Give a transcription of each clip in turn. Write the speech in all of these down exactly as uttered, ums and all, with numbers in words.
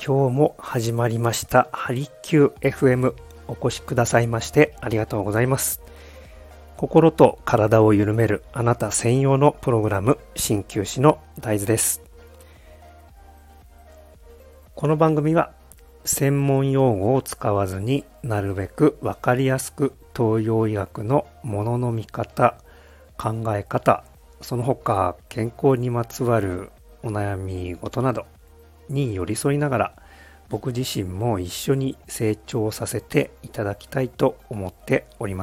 今日も始まりましたハリキュー エフエム。 お越しくださいましてありがとうございます。心と体を緩めるあなた専用のプログラム、鍼灸師の大豆です。この番組は専門用語を使わずになるべくわかりやすく東洋医学のものの見方、考え方、その他健康にまつわるお悩み事などに寄り添いながら、僕自身も一緒に成長させていただきたいと思っております。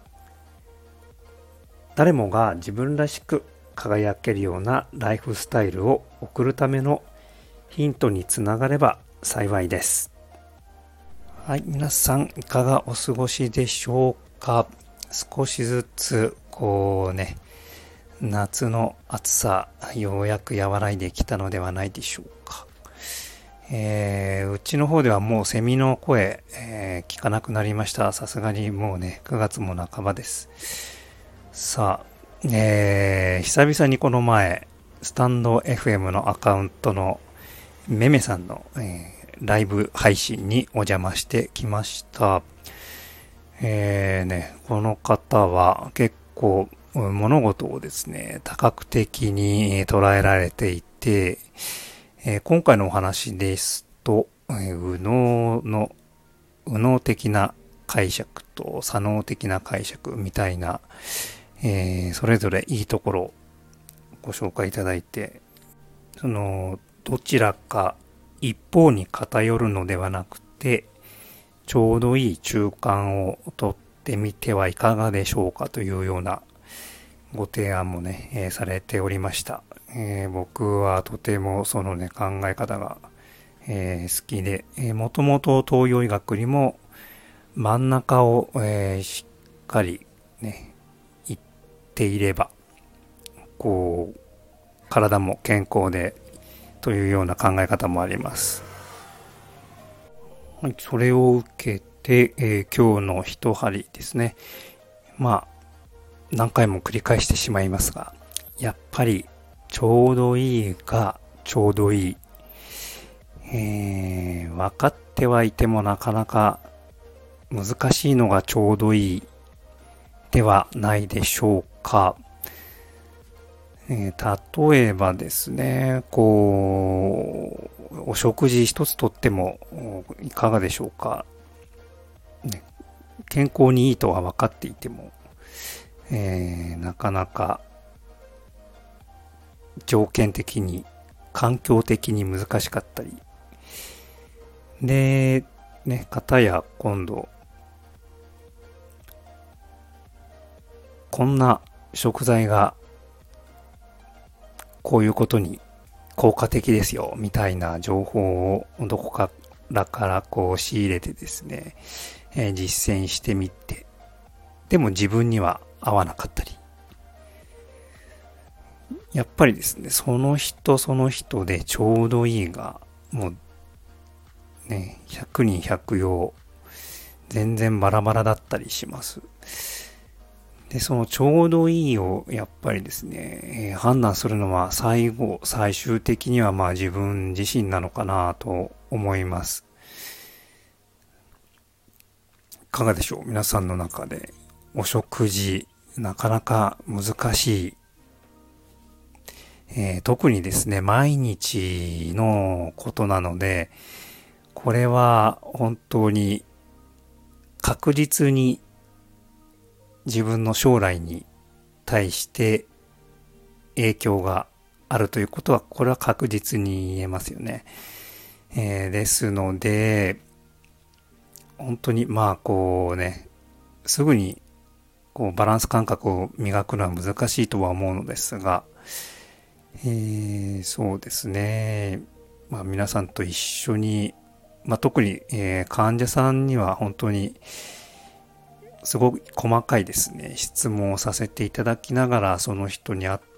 誰もが自分らしく輝けるようなライフスタイルを送るためのヒントにつながれば幸いです。はい、皆さんいかがお過ごしでしょうか。少しずつこうね、夏の暑さようやく和らいできたのではないでしょうか。えー、うちの方ではもうセミの声、えー、聞かなくなりました。さすがにもうねくがつも半ばです。さあ、えー、久々にこの前スタンド エフエム のアカウントのめめさんの、えー、ライブ配信にお邪魔してきました。えーね、この方は結構物事をですね、多角的に捉えられていて、えー、今回のお話ですと、えー、右脳の右脳的な解釈と左脳的な解釈みたいな、えー、それぞれいいところをご紹介いただいて、そのどちらか一方に偏るのではなくて、ちょうどいい中間をとってみてはいかがでしょうかというようなご提案もね、えー、されておりました。えー、僕はとてもそのね、考え方が、えー、好きで、えー、もともと東洋医学にも真ん中を、えー、しっかりね、言っていれば、こう、体も健康でというような考え方もあります。はい、それを受けて、えー、今日の一針ですね。まあ、何回も繰り返してしまいますが、やっぱりちょうどいいがちょうどいい。えー、分かってはいてもなかなか難しいのがちょうどいいではないでしょうか。えー、例えばですね、こう、お食事一つとってもいかがでしょうか。ね、健康にいいとは分かっていても、えー、なかなか条件的に環境的に難しかったりでね、片や今度こんな食材がこういうことに効果的ですよみたいな情報をどこからからこう仕入れてですね、えー、実践してみて、でも自分には合わなかったり、やっぱりですね、その人その人でちょうどいいがもうね、ひゃくにんひゃくよう全然バラバラだったりします。で、そのちょうどいいをやっぱりですね、えー、判断するのは最後最終的にはまあ自分自身なのかなと思います。いかがでしょう、皆さんの中でお食事なかなか難しい、えー、特にですね毎日のことなので、これは本当に確実に自分の将来に対して影響があるということは、これは確実に言えますよね。えー、ですので本当にまあこうね、すぐにこうバランス感覚を磨くのは難しいとは思うのですが、えー、そうですね、まあ皆さんと一緒に、まあ特に、えー、患者さんには本当にすごく細かいですね質問をさせていただきながら、その人に合った、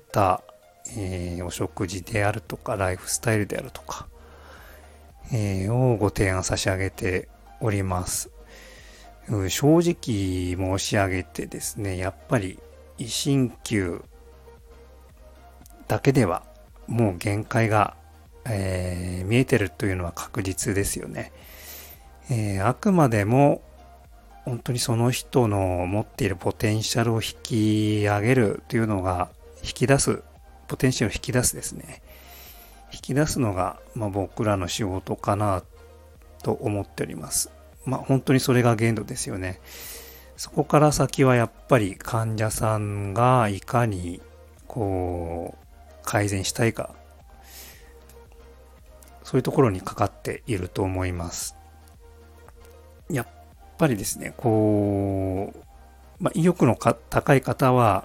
えー、お食事であるとかライフスタイルであるとか、えー、をご提案差し上げております。正直申し上げてですね、やっぱり鍼灸だけではもう限界がえー、見えてるというのは確実ですよね。えー、あくまでも本当にその人の持っているポテンシャルを引き上げるというのが、引き出す、ポテンシャルを引き出すですね。引き出すのが、まあ、僕らの仕事かなと思っております。まあ本当にそれが限度ですよね。そこから先はやっぱり患者さんがいかにこう改善したいか、そういうところにかかっていると思います。やっぱりですね、こう、まあ、意欲のか高い方は、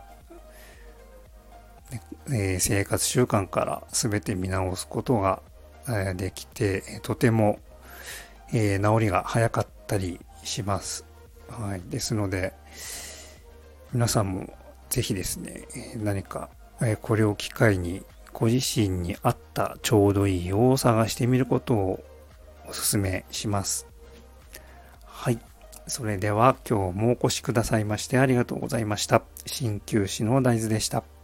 えー生活習慣から全て見直すことがえーできて、とても、えー治りが早かったりします。はい。ですので、皆さんもぜひですね、えー何か、えーこれを機会にご自身に合ったちょうどいいを探してみることをお勧めします。はい。それでは今日もお越しくださいましてありがとうございました。鍼灸師の大豆でした。